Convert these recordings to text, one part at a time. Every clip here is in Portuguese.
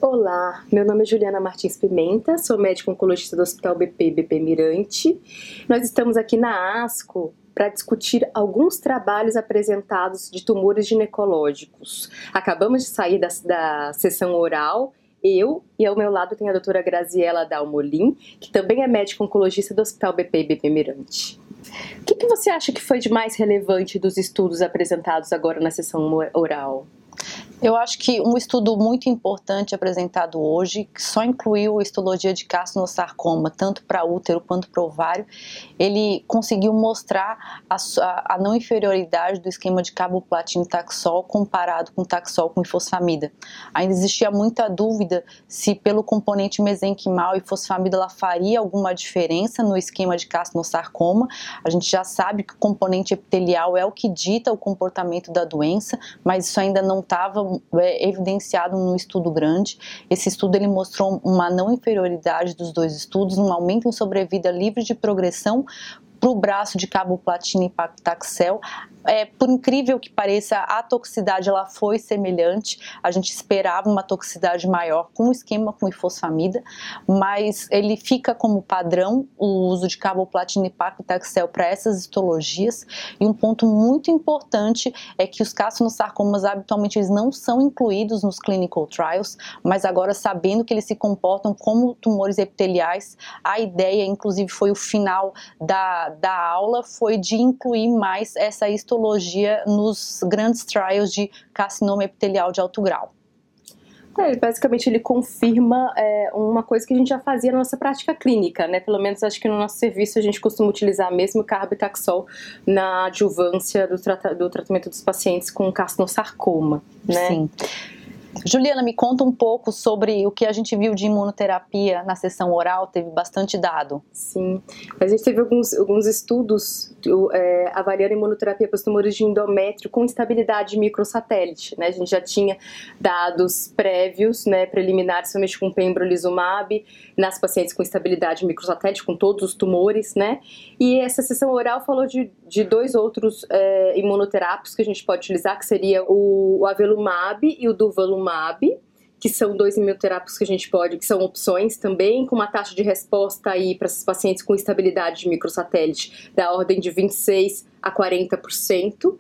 Olá, meu nome é Juliana Martins Pimenta, sou médica oncologista do Hospital BP Mirante. Nós estamos aqui na ASCO para discutir alguns trabalhos apresentados de tumores ginecológicos. Acabamos de sair da sessão oral, eu e ao meu lado tem a doutora Graziela Dalmolin, que também é médica oncologista do Hospital BP Mirante. O que você acha que foi de mais relevante dos estudos apresentados agora na sessão oral? Eu acho que um estudo muito importante apresentado hoje, que só incluiu a histologia de carcinosarcoma, tanto para útero quanto para ovário, ele conseguiu mostrar a não inferioridade do esquema de carboplatina e taxol comparado com taxol com ifosfamida. Ainda existia muita dúvida se pelo componente mesenquimal e ifosfamida ela faria alguma diferença no esquema de carcinosarcoma. A gente já sabe que o componente epitelial é o que dita o comportamento da doença, mas isso ainda não estava evidenciado no estudo grande. Esse estudo ele mostrou uma não inferioridade dos dois estudos, um aumento em sobrevida livre de progressão para o braço de carboplatina e paclitaxel. Por incrível que pareça, a toxicidade ela foi semelhante. A gente esperava uma toxicidade maior com o esquema com ifosfamida, mas ele fica como padrão o uso de carboplatina e paclitaxel para essas histologias. E um ponto muito importante é que os carcinosarcomas habitualmente eles não são incluídos nos clinical trials, mas agora sabendo que eles se comportam como tumores epiteliais, a ideia, inclusive foi o final da aula, foi de incluir mais essa histologia nos grandes trials de carcinoma epitelial de alto grau. Basicamente ele confirma uma coisa que a gente já fazia na nossa prática clínica, né? Pelo menos acho que no nosso serviço a gente costuma utilizar mesmo carbo-taxol na adjuvância do tratamento dos pacientes com carcinosarcoma, né? Sim. Juliana, me conta um pouco sobre o que a gente viu de imunoterapia na sessão oral, teve bastante dado. Sim, a gente teve alguns estudos avaliando imunoterapia para os tumores de endométrio com instabilidade microsatélite, né? A gente já tinha dados prévios, né, preliminares, somente com pembrolizumab, nas pacientes com instabilidade microsatélite, com todos os tumores, né? E essa sessão oral falou de dois outros imunoterápicos que a gente pode utilizar, que seria o avelumab e o durvalumab, que são dois imunoterápicos que a gente pode, que são opções também, com uma taxa de resposta aí para esses pacientes com instabilidade de microsatélite da ordem de 26% a 40%.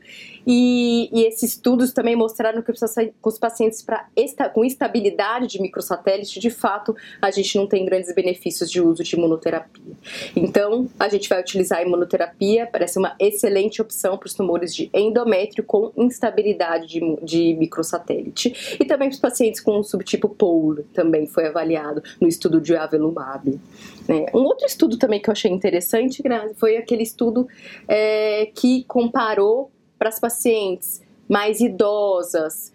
E esses estudos também mostraram que com os pacientes com instabilidade de microsatélite, de fato, a gente não tem grandes benefícios de uso de imunoterapia. Então, a gente vai utilizar a imunoterapia, parece uma excelente opção para os tumores de endométrio com instabilidade de microsatélite. E também para os pacientes com o subtipo POUR, também foi avaliado no estudo de avelumab. Um outro estudo também que eu achei interessante, Grazi, foi aquele estudo que comparou para as pacientes mais idosas,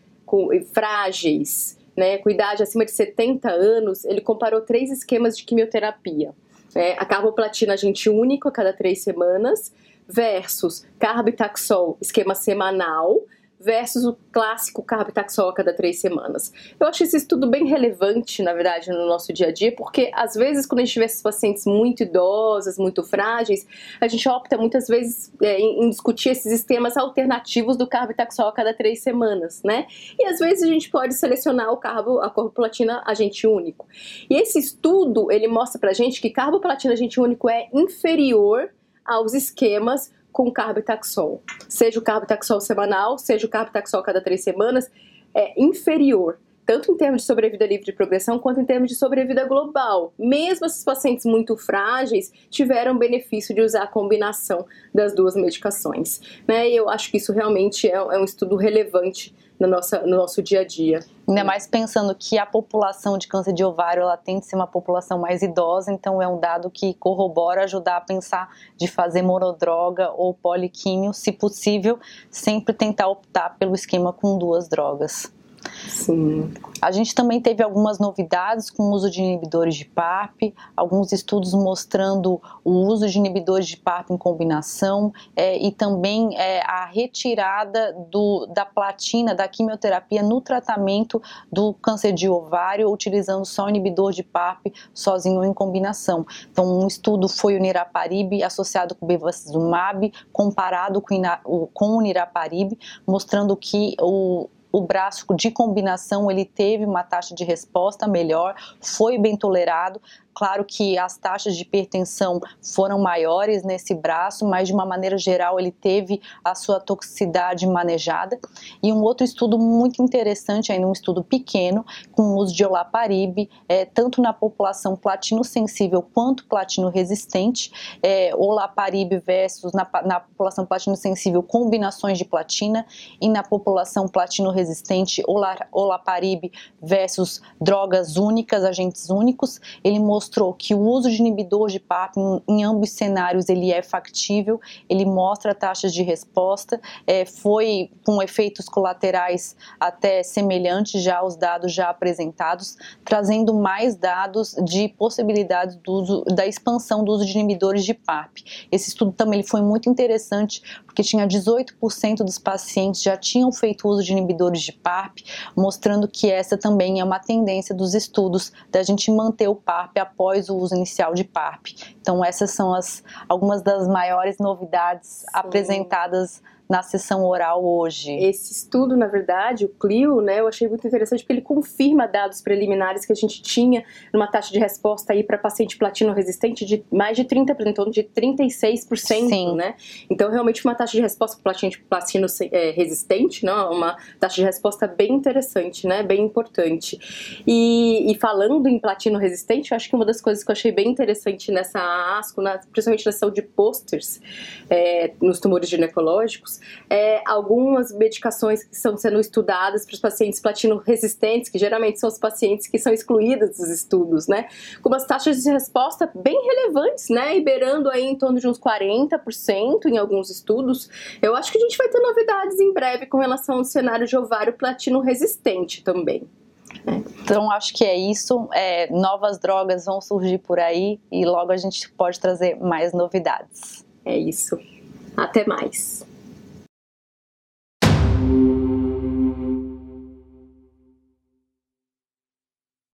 frágeis, né, com idade acima de 70 anos, ele comparou 3 esquemas de quimioterapia. A carboplatina agente único a cada 3 semanas, versus carbo-taxol esquema semanal, versus o clássico carbo-taxol a cada 3 semanas. Eu acho esse estudo bem relevante, na verdade, no nosso dia a dia, porque às vezes quando a gente vê esses pacientes muito idosas, muito frágeis, a gente opta muitas vezes em discutir esses sistemas alternativos do carbo-taxol a cada 3 semanas, né? E às vezes a gente pode selecionar a carboplatina agente único. E esse estudo, ele mostra pra gente que carboplatina agente único é inferior aos esquemas com carbo-taxol. Seja o carbo-taxol semanal, seja o carbo-taxol a cada 3 semanas, é inferior, tanto em termos de sobrevida livre de progressão, quanto em termos de sobrevida global. Mesmo esses pacientes muito frágeis tiveram benefício de usar a combinação das duas medicações, né? E eu acho que isso realmente é um estudo relevante no nosso dia a dia. Ainda mais pensando que a população de câncer de ovário ela tende a ser uma população mais idosa, então é um dado que corrobora ajudar a pensar de fazer monodroga ou poliquímio, se possível, sempre tentar optar pelo esquema com 2 drogas. Sim. A gente também teve algumas novidades com o uso de inibidores de PARP, alguns estudos mostrando o uso de inibidores de PARP em combinação e também a retirada da platina, da quimioterapia no tratamento do câncer de ovário, utilizando só o inibidor de PARP sozinho ou em combinação. Então, um estudo foi o niraparib associado com o bevacizumab, comparado com o niraparib, mostrando que o braço de combinação ele teve uma taxa de resposta melhor, foi bem tolerado. Claro que as taxas de hipertensão foram maiores nesse braço, mas de uma maneira geral ele teve a sua toxicidade manejada. E um outro estudo muito interessante, ainda um estudo pequeno, com o uso de olaparib, tanto na população platino sensível quanto platino resistente, olaparib versus na população platino sensível combinações de platina, e na população platino resistente olaparib versus drogas únicas, agentes únicos. Ele mostrou que o uso de inibidor de PARP em ambos cenários ele é factível, ele mostra taxas de resposta, foi com efeitos colaterais até semelhantes já aos dados já apresentados, trazendo mais dados de possibilidades da expansão do uso de inibidores de PARP. Esse estudo também ele foi muito interessante, porque tinha 18% dos pacientes já tinham feito uso de inibidores de PARP, mostrando que essa também é uma tendência dos estudos da gente manter o PARP após o uso inicial de PARP. Então essas são algumas das maiores novidades apresentadas na sessão oral hoje. Esse estudo, na verdade, o CLIO, né, eu achei muito interessante porque ele confirma dados preliminares que a gente tinha numa taxa de resposta aí para paciente platino resistente de mais de 30%, em torno de 36%, Sim. né? Então, realmente uma taxa de resposta para platino resistente, né, uma taxa de resposta bem interessante, né, bem importante. E falando em platino resistente, eu acho que uma das coisas que eu achei bem interessante nessa ASCO, principalmente na sessão de posters nos tumores ginecológicos, algumas medicações que estão sendo estudadas para os pacientes platino resistentes, que geralmente são os pacientes que são excluídos dos estudos, né? Com umas taxas de resposta bem relevantes, né? Beirando aí em torno de uns 40% em alguns estudos. Eu acho que a gente vai ter novidades em breve com relação ao cenário de ovário platino resistente também. Então acho que é isso, novas drogas vão surgir por aí e logo a gente pode trazer mais novidades. É isso. Até mais.